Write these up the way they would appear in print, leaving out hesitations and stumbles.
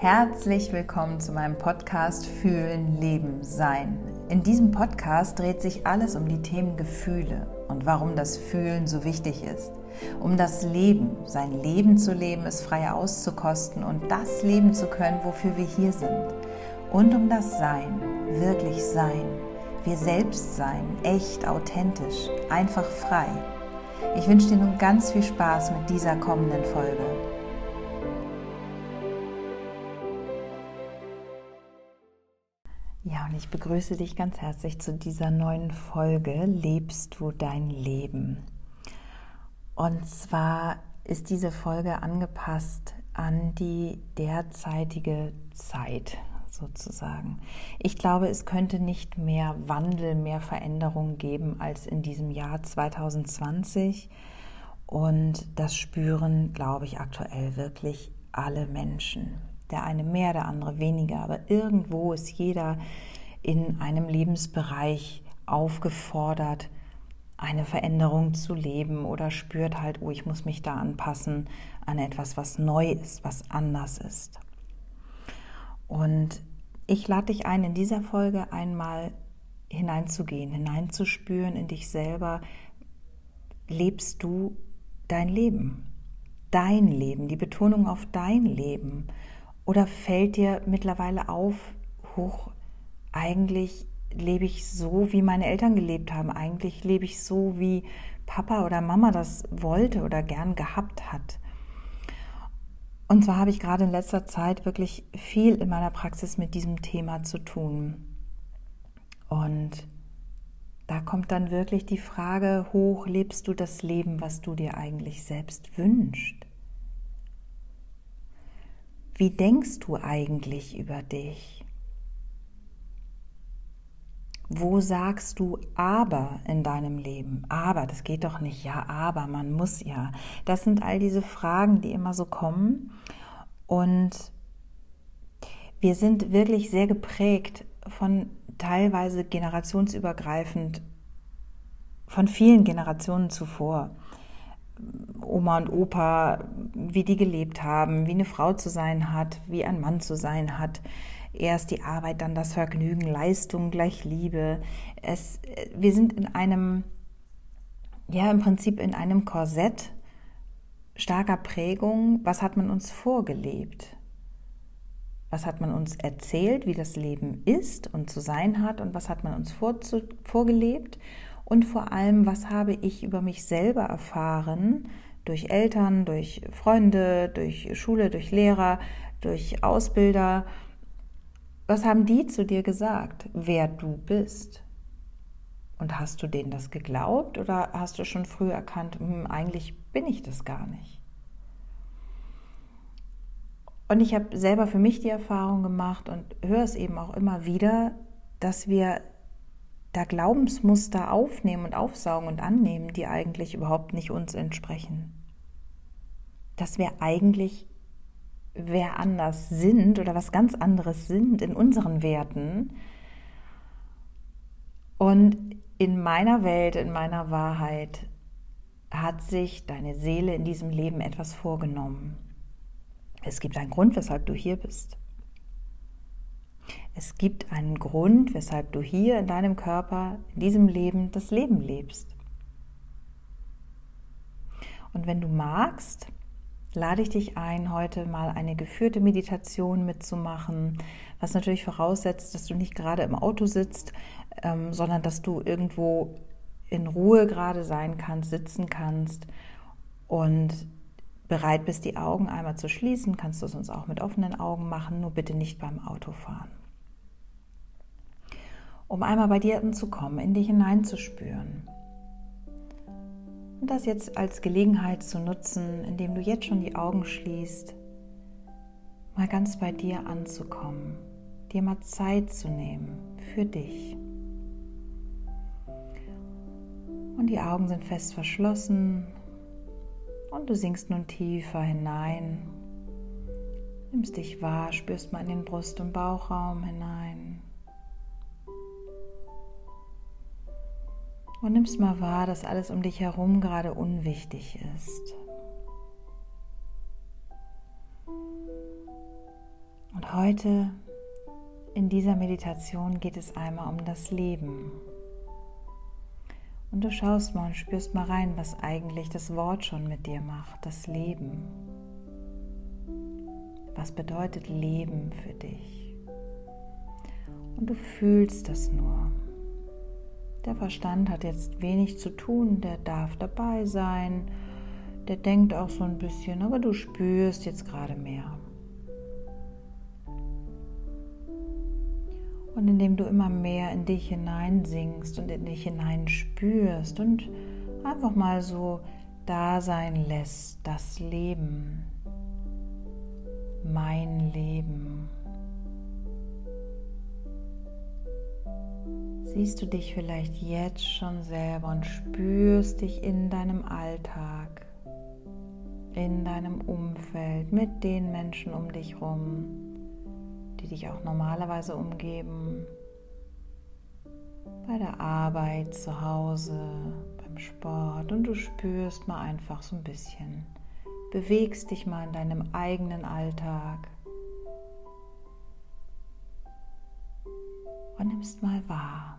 Herzlich willkommen zu meinem Podcast Fühlen, Leben, Sein. In diesem Podcast dreht sich alles um die Themen Gefühle und warum das Fühlen so wichtig ist. Um das Leben, sein Leben zu leben, es frei auszukosten und das leben zu können, wofür wir hier sind. Und um das Sein, wirklich Sein. Wir selbst sein, echt, authentisch, einfach frei. Ich wünsche dir nun ganz viel Spaß mit dieser kommenden Folge. Ja, und ich begrüße dich ganz herzlich zu dieser neuen Folge Lebst du dein Leben? Und zwar ist diese Folge angepasst an die derzeitige Zeit sozusagen. Ich glaube, es könnte nicht mehr Wandel, mehr Veränderung geben als in diesem Jahr 2020. Und das spüren, glaube ich, aktuell wirklich alle Menschen. Der eine mehr, der andere weniger, aber irgendwo ist jeder in einem Lebensbereich aufgefordert, eine Veränderung zu leben oder spürt halt, oh, ich muss mich da anpassen an etwas, was neu ist, was anders ist. Und ich lade dich ein, in dieser Folge einmal hineinzugehen, hineinzuspüren in dich selber. Lebst du dein Leben? Dein Leben, die Betonung auf dein Leben. Oder fällt dir mittlerweile auf, eigentlich lebe ich so, wie meine Eltern gelebt haben. Eigentlich lebe ich so, wie Papa oder Mama das wollte oder gern gehabt hat. Und zwar habe ich gerade in letzter Zeit wirklich viel in meiner Praxis mit diesem Thema zu tun. Und da kommt dann wirklich die Frage hoch, lebst du das Leben, was du dir eigentlich selbst wünschst? Wie denkst du eigentlich über dich? Wo sagst du aber in deinem Leben? Aber, das geht doch nicht. Ja, aber, man muss ja. Das sind all diese Fragen, die immer so kommen. Und wir sind wirklich sehr geprägt von teilweise generationsübergreifend, von vielen Generationen zuvor. Oma und Opa, wie die gelebt haben, wie eine Frau zu sein hat, wie ein Mann zu sein hat. Erst die Arbeit, dann das Vergnügen, Leistung gleich Liebe. Wir sind in einem, im Prinzip in einem Korsett starker Prägung. Was hat man uns vorgelebt? Was hat man uns erzählt, wie das Leben ist und zu sein hat? Und was hat man uns vorgelebt? Und vor allem, was habe ich über mich selber erfahren, durch Eltern, durch Freunde, durch Schule, durch Lehrer, durch Ausbilder? Was haben die zu dir gesagt, wer du bist? Und hast du denen das geglaubt oder hast du schon früh erkannt, eigentlich bin ich das gar nicht? Und ich habe selber für mich die Erfahrung gemacht und höre es eben auch immer wieder, dass wir da Glaubensmuster aufnehmen und aufsaugen und annehmen, die eigentlich überhaupt nicht uns entsprechen. Dass wir eigentlich wer anders sind oder was ganz anderes sind in unseren Werten. Und in meiner Welt, in meiner Wahrheit hat sich deine Seele in diesem Leben etwas vorgenommen. Es gibt einen Grund, weshalb du hier bist. Es gibt einen Grund, weshalb du hier in deinem Körper, in diesem Leben, das Leben lebst. Und wenn du magst, lade ich dich ein, heute mal eine geführte Meditation mitzumachen, was natürlich voraussetzt, dass du nicht gerade im Auto sitzt, sondern dass du irgendwo in Ruhe gerade sein kannst, sitzen kannst und bereit bist, die Augen einmal zu schließen. Kannst du es uns auch mit offenen Augen machen, nur bitte nicht beim Autofahren. Um einmal bei dir anzukommen, in dich hineinzuspüren. Und das jetzt als Gelegenheit zu nutzen, indem du jetzt schon die Augen schließt, mal ganz bei dir anzukommen, dir mal Zeit zu nehmen für dich. Und die Augen sind fest verschlossen und du sinkst nun tiefer hinein, nimmst dich wahr, spürst mal in den Brust- und Bauchraum hinein. Und nimmst mal wahr, dass alles um dich herum gerade unwichtig ist. Und heute in dieser Meditation geht es einmal um das Leben. Und du schaust mal und spürst mal rein, was eigentlich das Wort schon mit dir macht, das Leben. Was bedeutet Leben für dich? Und du fühlst das nur. Der Verstand hat jetzt wenig zu tun, der darf dabei sein, der denkt auch so ein bisschen, aber du spürst jetzt gerade mehr. Und indem du immer mehr in dich hineinsinkst und in dich hineinspürst und einfach mal so da sein lässt, das Leben, mein Leben. Siehst du dich vielleicht jetzt schon selber und spürst dich in deinem Alltag, in deinem Umfeld, mit den Menschen um dich rum, die dich auch normalerweise umgeben, bei der Arbeit, zu Hause, beim Sport, und du spürst mal einfach so ein bisschen, bewegst dich mal in deinem eigenen Alltag und nimmst mal wahr.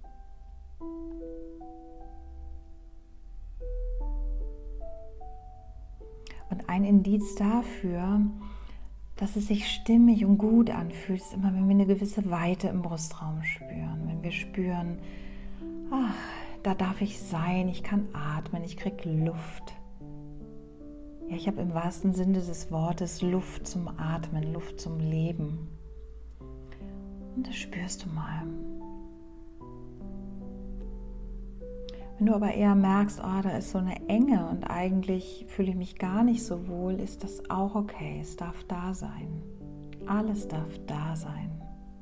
Und ein Indiz dafür, dass es sich stimmig und gut anfühlt, ist immer, wenn wir eine gewisse Weite im Brustraum spüren. Wenn wir spüren, ach, da darf ich sein, ich kann atmen, ich kriege Luft. Ja, ich habe im wahrsten Sinne des Wortes Luft zum Atmen, Luft zum Leben. Und das spürst du mal. Wenn du aber eher merkst, oh, da ist so eine Enge und eigentlich fühle ich mich gar nicht so wohl, ist das auch okay. Es darf da sein. Alles darf da sein.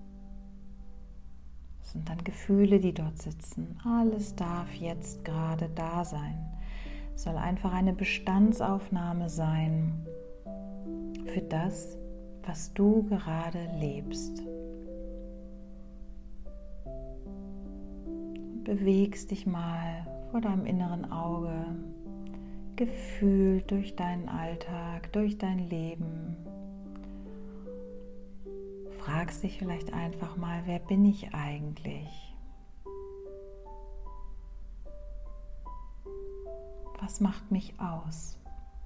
Es sind dann Gefühle, die dort sitzen. Alles darf jetzt gerade da sein. Es soll einfach eine Bestandsaufnahme sein für das, was du gerade lebst. Bewegst dich mal vor deinem inneren Auge, gefühlt durch deinen Alltag, durch dein Leben. Fragst dich vielleicht einfach mal, wer bin ich eigentlich? Was macht mich aus?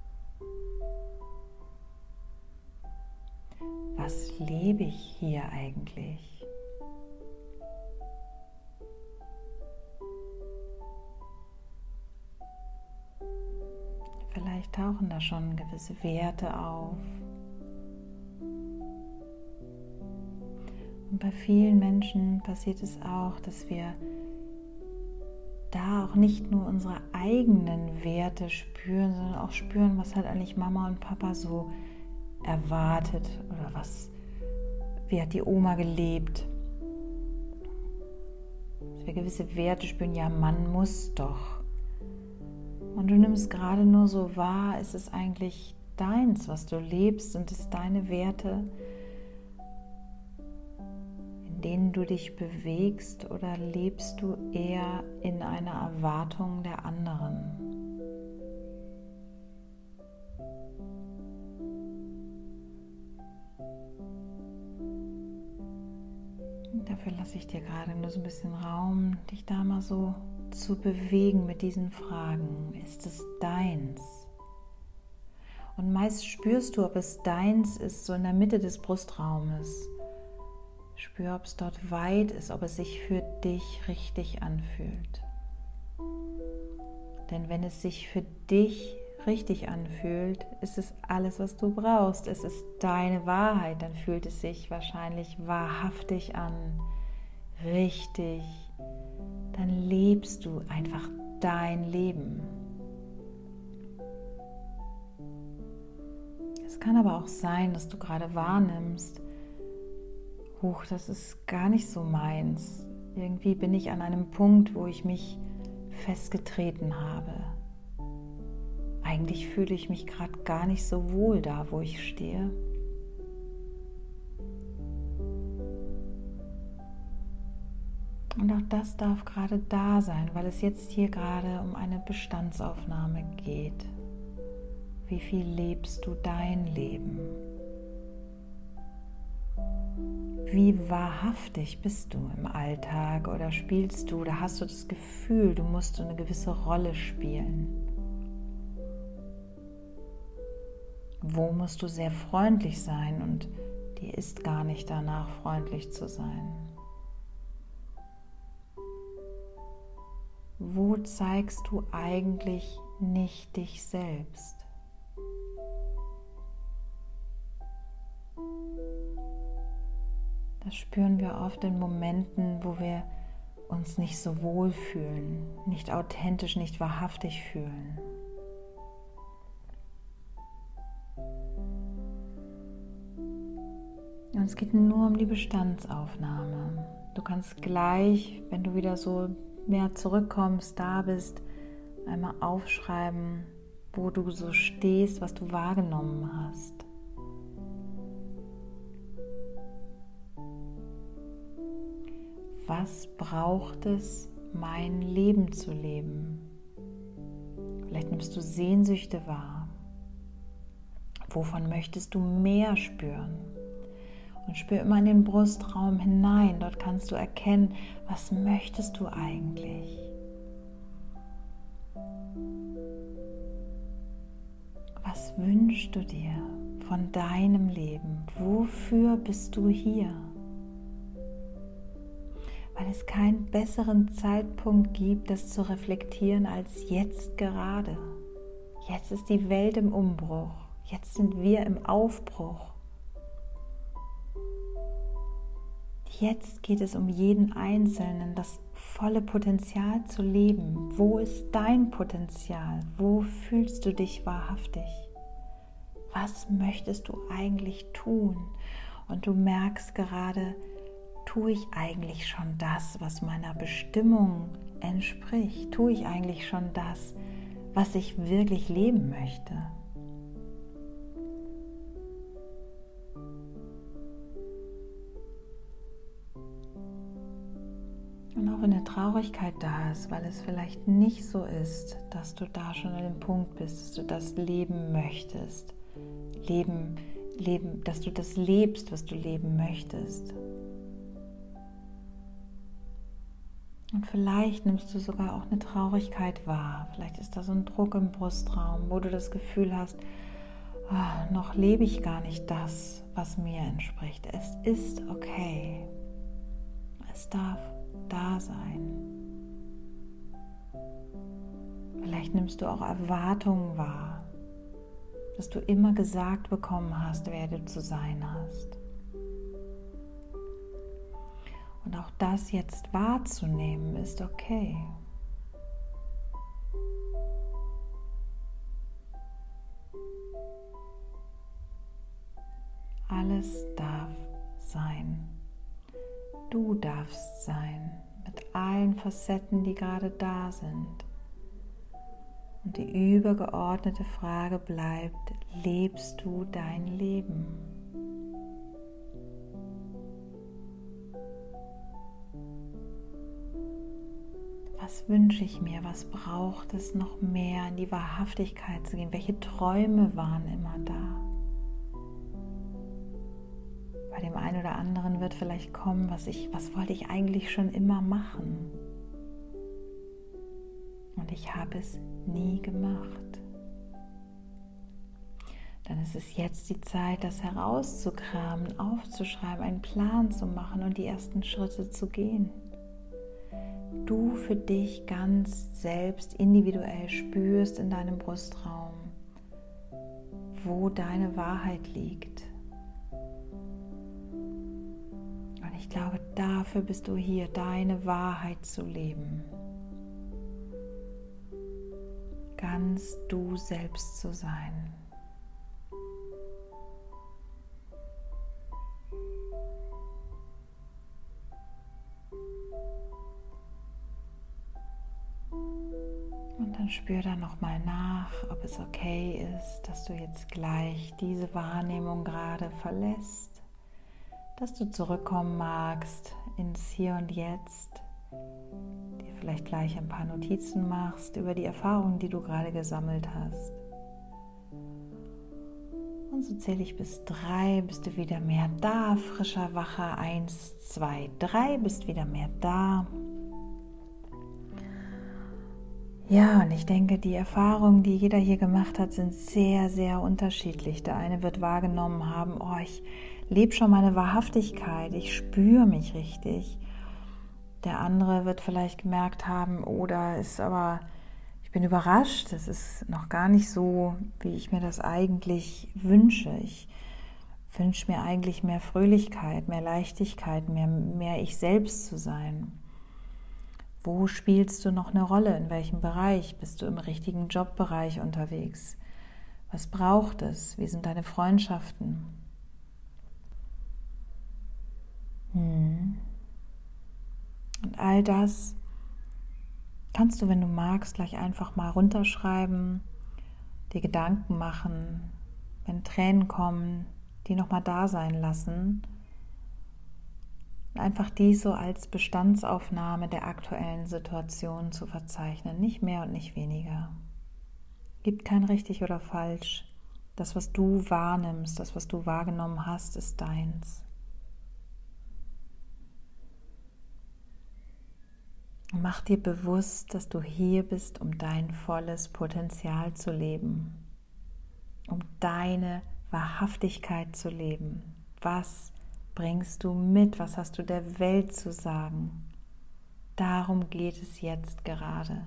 Was lebe ich hier eigentlich? Vielleicht tauchen da schon gewisse Werte auf. Und bei vielen Menschen passiert es auch, dass wir da auch nicht nur unsere eigenen Werte spüren, sondern auch spüren, was halt eigentlich Mama und Papa so erwartet oder wie hat die Oma gelebt. Dass wir gewisse Werte spüren, ja, man muss doch. Und du nimmst gerade nur so wahr, ist es eigentlich deins, was du lebst, und es deine Werte, in denen du dich bewegst, oder lebst du eher in einer Erwartung der anderen? Und dafür lasse ich dir gerade nur so ein bisschen Raum, dich da mal so zu bewegen mit diesen Fragen. Ist es deins? Und meist spürst du, ob es deins ist, so in der Mitte des Brustraumes. Spür, ob es dort weit ist, ob es sich für dich richtig anfühlt. Denn wenn es sich für dich richtig anfühlt, ist es alles, was du brauchst. Es ist deine Wahrheit, dann fühlt es sich wahrscheinlich wahrhaftig an, richtig. Dann lebst du einfach dein Leben. Es kann aber auch sein, dass du gerade wahrnimmst, huch, das ist gar nicht so meins. Irgendwie bin ich an einem Punkt, wo ich mich festgetreten habe. Eigentlich fühle ich mich gerade gar nicht so wohl da, wo ich stehe. Und auch das darf gerade da sein, weil es jetzt hier gerade um eine Bestandsaufnahme geht. Wie viel lebst du dein Leben? Wie wahrhaftig bist du im Alltag oder spielst du oder hast du das Gefühl, du musst eine gewisse Rolle spielen? Wo musst du sehr freundlich sein und dir ist gar nicht danach, freundlich zu sein? Wo zeigst du eigentlich nicht dich selbst? Das spüren wir oft in Momenten, wo wir uns nicht so wohl fühlen, nicht authentisch, nicht wahrhaftig fühlen. Und es geht nur um die Bestandsaufnahme. Du kannst gleich, wenn du wieder so mehr zurückkommst, da bist, einmal aufschreiben, wo du so stehst, was du wahrgenommen hast. Was braucht es, mein Leben zu leben? Vielleicht nimmst du Sehnsüchte wahr. Wovon möchtest du mehr spüren? Und spür immer in den Brustraum hinein. Dort kannst du erkennen, was möchtest du eigentlich? Was wünschst du dir von deinem Leben? Wofür bist du hier? Weil es keinen besseren Zeitpunkt gibt, das zu reflektieren als jetzt gerade. Jetzt ist die Welt im Umbruch. Jetzt sind wir im Aufbruch. Jetzt geht es um jeden Einzelnen, das volle Potenzial zu leben. Wo ist dein Potenzial? Wo fühlst du dich wahrhaftig? Was möchtest du eigentlich tun? Und du merkst gerade, tue ich eigentlich schon das, was meiner Bestimmung entspricht? Tue ich eigentlich schon das, was ich wirklich leben möchte? Und auch wenn eine Traurigkeit da ist, weil es vielleicht nicht so ist, dass du da schon an dem Punkt bist, dass du das leben möchtest. Leben, dass du das lebst, was du leben möchtest. Und vielleicht nimmst du sogar auch eine Traurigkeit wahr. Vielleicht ist da so ein Druck im Brustraum, wo du das Gefühl hast, noch lebe ich gar nicht das, was mir entspricht. Es ist okay. Es darf da sein. Vielleicht nimmst du auch Erwartungen wahr, dass du immer gesagt bekommen hast, wer du zu sein hast. Und auch das jetzt wahrzunehmen, ist okay. Alles darf sein. Du darfst sein, mit allen Facetten, die gerade da sind. Und die übergeordnete Frage bleibt, lebst du dein Leben? Was wünsche ich mir? Was braucht es noch mehr, in die Wahrhaftigkeit zu gehen? Welche Träume waren immer da? Bei dem einen oder anderen wird vielleicht kommen, was wollte ich eigentlich schon immer machen? Und ich habe es nie gemacht. Dann ist es jetzt die Zeit, das herauszukramen, aufzuschreiben, einen Plan zu machen und die ersten Schritte zu gehen. Du für dich ganz selbst individuell spürst in deinem Brustraum, wo deine Wahrheit liegt. Und ich glaube, dafür bist du hier, deine Wahrheit zu leben. Ganz du selbst zu sein. Und dann spür da nochmal nach, ob es okay ist, dass du jetzt gleich diese Wahrnehmung gerade verlässt, dass du zurückkommen magst ins Hier und Jetzt, dir vielleicht gleich ein paar Notizen machst über die Erfahrungen, die du gerade gesammelt hast. Und So zähle ich bis 3, bist du wieder mehr da, frischer, wacher. 1, 2, 3, bist wieder mehr da. Ja, und ich denke, die Erfahrungen, die jeder hier gemacht hat, sind sehr, sehr unterschiedlich. Der eine wird wahrgenommen haben, oh, ich lebe schon meine Wahrhaftigkeit, ich spüre mich richtig. Der andere wird vielleicht gemerkt haben, oh, ich bin überrascht, das ist noch gar nicht so, wie ich mir das eigentlich wünsche. Ich wünsche mir eigentlich mehr Fröhlichkeit, mehr Leichtigkeit, mehr ich selbst zu sein. Wo spielst du noch eine Rolle? In welchem Bereich? Bist du im richtigen Jobbereich unterwegs? Was braucht es? Wie sind deine Freundschaften? Und all das kannst du, wenn du magst, gleich einfach mal runterschreiben, dir Gedanken machen, wenn Tränen kommen, die nochmal da sein lassen. Einfach dies so als Bestandsaufnahme der aktuellen Situation zu verzeichnen, nicht mehr und nicht weniger. Gibt kein richtig oder falsch. Das, was du wahrnimmst, das, was du wahrgenommen hast, ist deins. Und mach dir bewusst, dass du hier bist, um dein volles Potenzial zu leben, um deine Wahrhaftigkeit zu leben. Was bringst du mit? Was hast du der Welt zu sagen? Darum geht es jetzt gerade.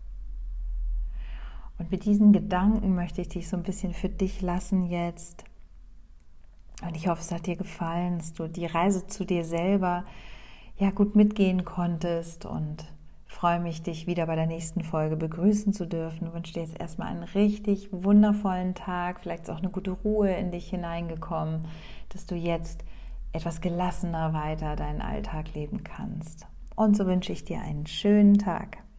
Und mit diesen Gedanken möchte ich dich so ein bisschen für dich lassen jetzt. Und ich hoffe, es hat dir gefallen, dass du die Reise zu dir selber gut mitgehen konntest, und freue mich, dich wieder bei der nächsten Folge begrüßen zu dürfen. Ich wünsche dir jetzt erstmal einen richtig wundervollen Tag. Vielleicht ist auch eine gute Ruhe in dich hineingekommen, dass du jetzt etwas gelassener weiter deinen Alltag leben kannst. Und so wünsche ich dir einen schönen Tag.